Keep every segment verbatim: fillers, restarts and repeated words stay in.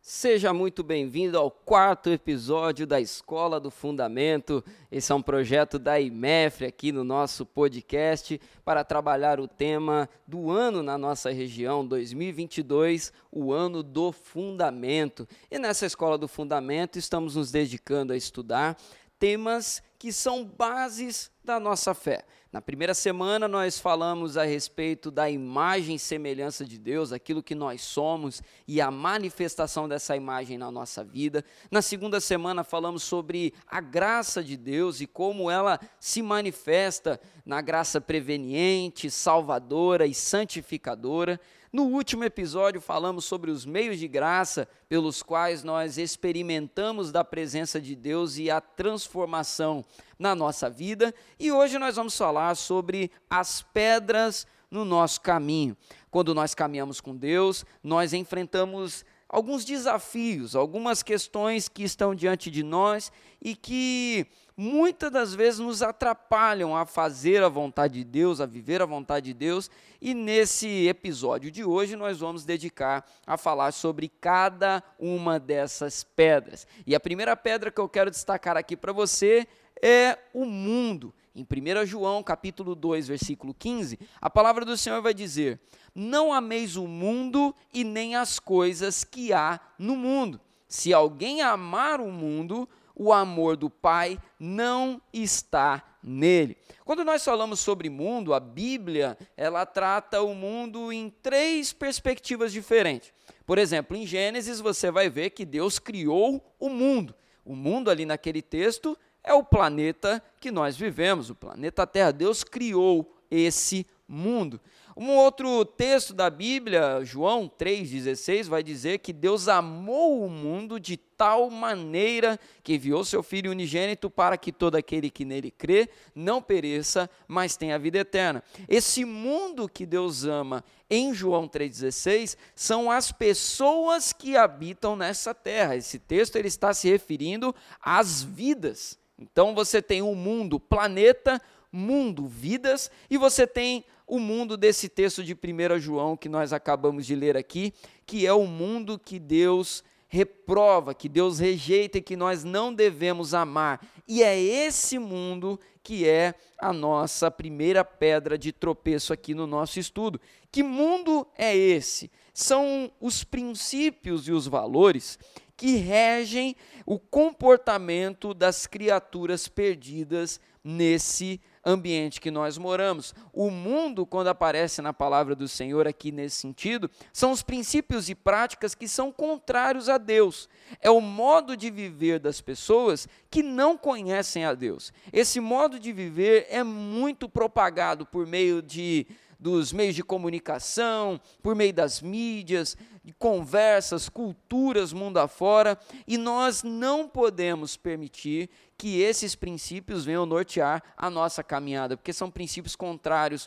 Seja muito bem-vindo ao quarto episódio da Escola do Fundamento. Esse é um projeto da IMEFRE aqui no nosso podcast para trabalhar o tema do ano na nossa região, dois mil e vinte e dois, o ano do Fundamento. E nessa Escola do Fundamento estamos nos dedicando a estudar temas que são bases da nossa fé. Na primeira semana nós falamos a respeito da imagem e semelhança de Deus, aquilo que nós somos e a manifestação dessa imagem na nossa vida. Na segunda semana falamos sobre a graça de Deus e como ela se manifesta na graça preveniente, salvadora e santificadora. No último episódio falamos sobre os meios de graça pelos quais nós experimentamos da presença de Deus e a transformação na nossa vida. E hoje nós vamos falar sobre as pedras no nosso caminho. Quando nós caminhamos com Deus, nós enfrentamos alguns desafios, algumas questões que estão diante de nós e que muitas das vezes nos atrapalham a fazer a vontade de Deus, a viver a vontade de Deus. E nesse episódio de hoje nós vamos dedicar a falar sobre cada uma dessas pedras. E a primeira pedra que eu quero destacar aqui para você é o mundo. Em primeiro João, capítulo dois, versículo quinze, a palavra do Senhor vai dizer: não ameis o mundo e nem as coisas que há no mundo. Se alguém amar o mundo, o amor do Pai não está nele. Quando nós falamos sobre mundo, a Bíblia, ela trata o mundo em três perspectivas diferentes. Por exemplo, em Gênesis você vai ver que Deus criou o mundo. O mundo ali naquele texto é o planeta que nós vivemos, o planeta Terra. Deus criou esse mundo. Um outro texto da Bíblia, João três, dezesseis, vai dizer que Deus amou o mundo de tal maneira que enviou seu Filho unigênito para que todo aquele que nele crê não pereça, mas tenha a vida eterna. Esse mundo que Deus ama em João três, dezesseis são as pessoas que habitam nessa terra. Esse texto ele está se referindo às vidas. Então você tem o mundo, planeta, mundo, vidas, e você tem o mundo desse texto de primeiro João que nós acabamos de ler aqui, que é o mundo que Deus reprova, que Deus rejeita e que nós não devemos amar. E é esse mundo que é a nossa primeira pedra de tropeço aqui no nosso estudo. Que mundo é esse? São os princípios e os valores que regem o comportamento das criaturas perdidas nesse ambiente que nós moramos. O mundo, quando aparece na palavra do Senhor aqui nesse sentido, são os princípios e práticas que são contrários a Deus. É o modo de viver das pessoas que não conhecem a Deus. Esse modo de viver é muito propagado por meio de dos meios de comunicação, por meio das mídias, de conversas, culturas mundo afora, e nós não podemos permitir que esses princípios venham nortear a nossa caminhada, porque são princípios contrários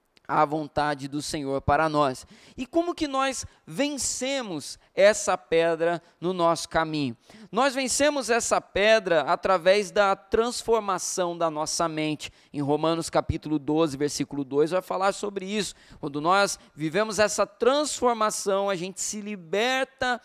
à vontade do Senhor para nós. E como que nós vencemos essa pedra no nosso caminho? Nós vencemos essa pedra através da transformação da nossa mente. Em Romanos capítulo doze, versículo dois, vai falar sobre isso. Quando nós vivemos essa transformação, a gente se liberta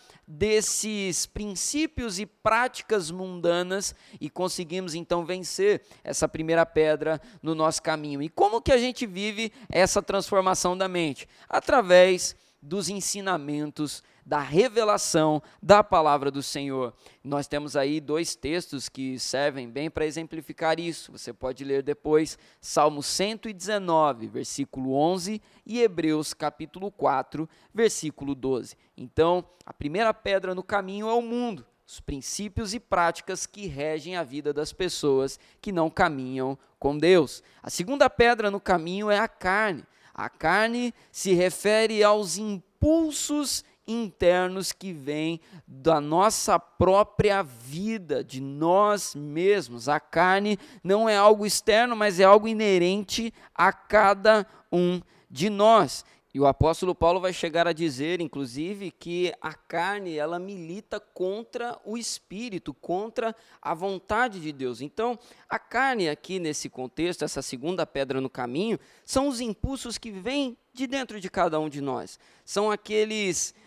desses princípios e práticas mundanas e conseguimos então vencer essa primeira pedra no nosso caminho. E como que a gente vive essa transformação da mente? Através dos ensinamentos, da revelação da palavra do Senhor. Nós temos aí dois textos que servem bem para exemplificar isso. Você pode ler depois Salmo cento e dezenove, versículo onze, e Hebreus capítulo quatro, versículo doze. Então, a primeira pedra no caminho é o mundo, os princípios e práticas que regem a vida das pessoas que não caminham com Deus. A segunda pedra no caminho é a carne. A carne se refere aos impulsos internos que vêm da nossa própria vida, de nós mesmos. A carne não é algo externo, mas é algo inerente a cada um de nós. E o apóstolo Paulo vai chegar a dizer, inclusive, que a carne, ela milita contra o Espírito, contra a vontade de Deus. Então, a carne aqui nesse contexto, essa segunda pedra no caminho, são os impulsos que vêm de dentro de cada um de nós. São aqueles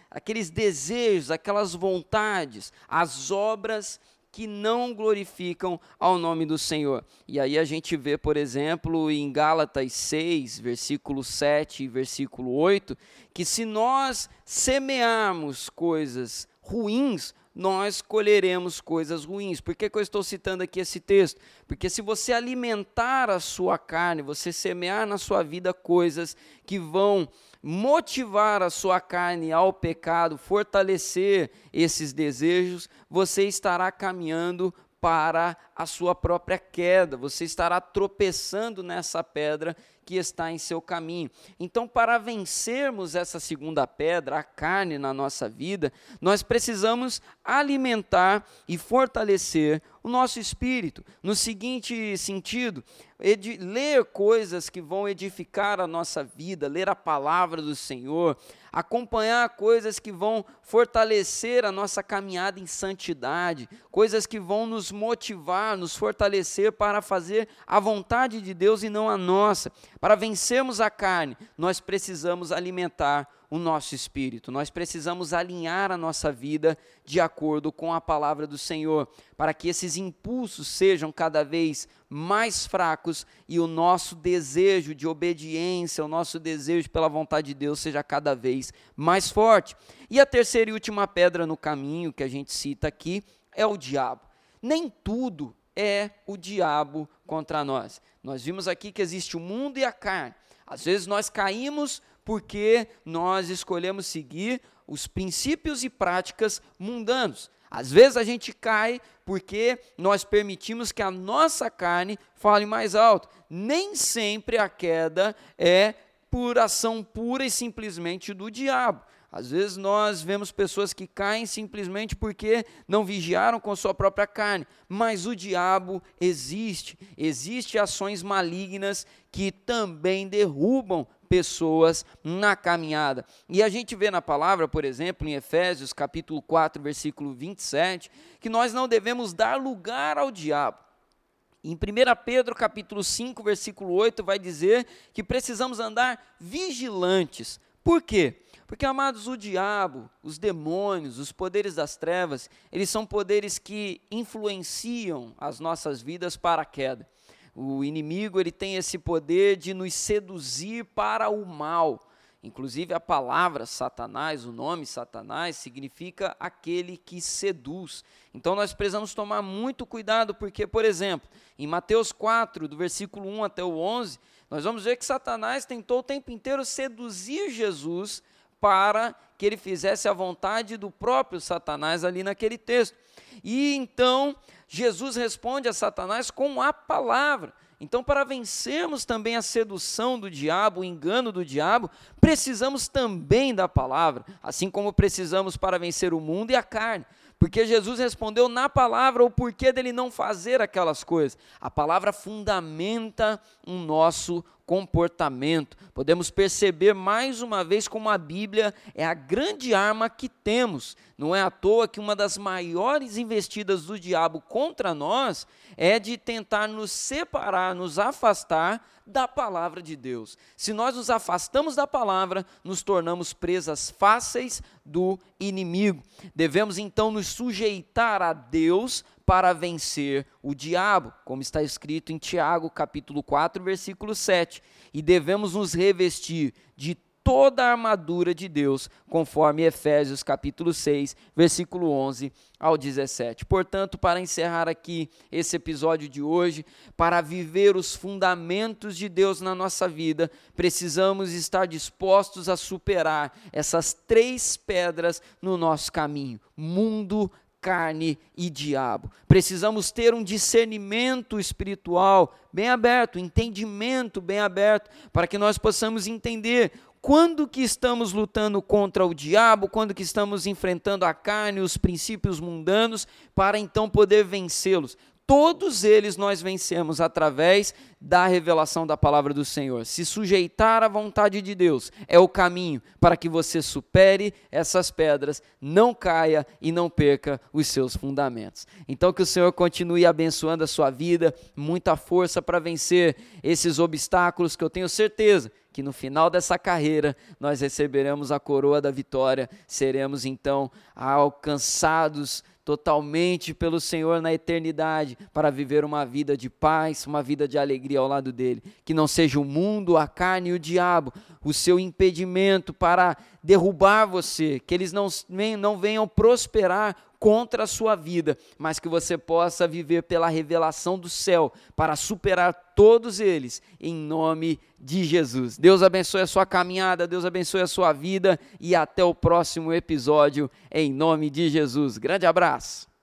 aqueles desejos, aquelas vontades, as obras que não glorificam ao nome do Senhor. E aí a gente vê, por exemplo, em Gálatas seis, versículo sete e versículo oito, que se nós semearmos coisas ruins, nós colheremos coisas ruins. Por que que eu estou citando aqui esse texto? Porque se você alimentar a sua carne, você semear na sua vida coisas que vão motivar a sua carne ao pecado, fortalecer esses desejos, você estará caminhando para a sua própria queda, você estará tropeçando nessa pedra que está em seu caminho. Então, para vencermos essa segunda pedra, a carne na nossa vida, nós precisamos alimentar e fortalecer o nosso espírito. No seguinte sentido, ed- ler coisas que vão edificar a nossa vida, ler a palavra do Senhor, acompanhar coisas que vão fortalecer a nossa caminhada em santidade, coisas que vão nos motivar, nos fortalecer para fazer a vontade de Deus e não a nossa. Para vencermos a carne, nós precisamos alimentar o nosso espírito, nós precisamos alinhar a nossa vida de acordo com a palavra do Senhor, para que esses impulsos sejam cada vez mais fracos e o nosso desejo de obediência, o nosso desejo pela vontade de Deus seja cada vez mais forte. E a terceira e última pedra no caminho que a gente cita aqui é o diabo. Nem tudo é o diabo contra nós. Nós vimos aqui que existe o mundo e a carne. Às vezes nós caímos porque nós escolhemos seguir os princípios e práticas mundanos. Às vezes a gente cai porque nós permitimos que a nossa carne fale mais alto. Nem sempre a queda é por ação pura e simplesmente do diabo. Às vezes nós vemos pessoas que caem simplesmente porque não vigiaram com sua própria carne, mas o diabo existe, existem ações malignas que também derrubam pessoas na caminhada. E a gente vê na palavra, por exemplo, em Efésios capítulo quatro, versículo vinte e sete, que nós não devemos dar lugar ao diabo. Em primeira Pedro capítulo cinco, versículo oito, vai dizer que precisamos andar vigilantes. Por quê? Porque, amados, o diabo, os demônios, os poderes das trevas, eles são poderes que influenciam as nossas vidas para a queda. O inimigo, ele tem esse poder de nos seduzir para o mal. Inclusive, a palavra Satanás, o nome Satanás, significa aquele que seduz. Então, nós precisamos tomar muito cuidado, porque, por exemplo, em Mateus quatro, do versículo um até o onze, nós vamos ver que Satanás tentou o tempo inteiro seduzir Jesus para que ele fizesse a vontade do próprio Satanás ali naquele texto. E então, Jesus responde a Satanás com a palavra. Então, para vencermos também a sedução do diabo, o engano do diabo, precisamos também da palavra, assim como precisamos para vencer o mundo e a carne. Porque Jesus respondeu na palavra o porquê dele não fazer aquelas coisas. A palavra fundamenta o nosso comportamento. Podemos perceber mais uma vez como a Bíblia é a grande arma que temos. Não é à toa que uma das maiores investidas do diabo contra nós é de tentar nos separar, nos afastar da palavra de Deus. Se nós nos afastamos da palavra, nos tornamos presas fáceis do inimigo. Devemos então nos sujeitar a Deus para vencer o diabo, como está escrito em Tiago, capítulo quatro, versículo sete. E devemos nos revestir de toda a armadura de Deus, conforme Efésios, capítulo seis, versículo onze ao dezessete. Portanto, para encerrar aqui esse episódio de hoje, para viver os fundamentos de Deus na nossa vida, precisamos estar dispostos a superar essas três pedras no nosso caminho: mundo, carne e diabo. Precisamos ter um discernimento espiritual bem aberto, entendimento bem aberto, para que nós possamos entender quando que estamos lutando contra o diabo, quando que estamos enfrentando a carne, os princípios mundanos, para então poder vencê-los. todos eles nós vencemos através da revelação da palavra do Senhor. Se sujeitar à vontade de Deus é o caminho para que você supere essas pedras, não caia e não perca os seus fundamentos. Então que o Senhor continue abençoando a sua vida, muita força para vencer esses obstáculos, que eu tenho certeza que no final dessa carreira nós receberemos a coroa da vitória, seremos então alcançados totalmente pelo Senhor na eternidade, para viver uma vida de paz, uma vida de alegria ao lado dele. Que não seja o mundo, a carne e o diabo o seu impedimento para derrubar você, que eles não, não venham prosperar contra a sua vida, mas que você possa viver pela revelação do céu, para superar todos eles, em nome de Jesus. Deus abençoe a sua caminhada, Deus abençoe a sua vida, e até o próximo episódio, em nome de Jesus. Grande abraço!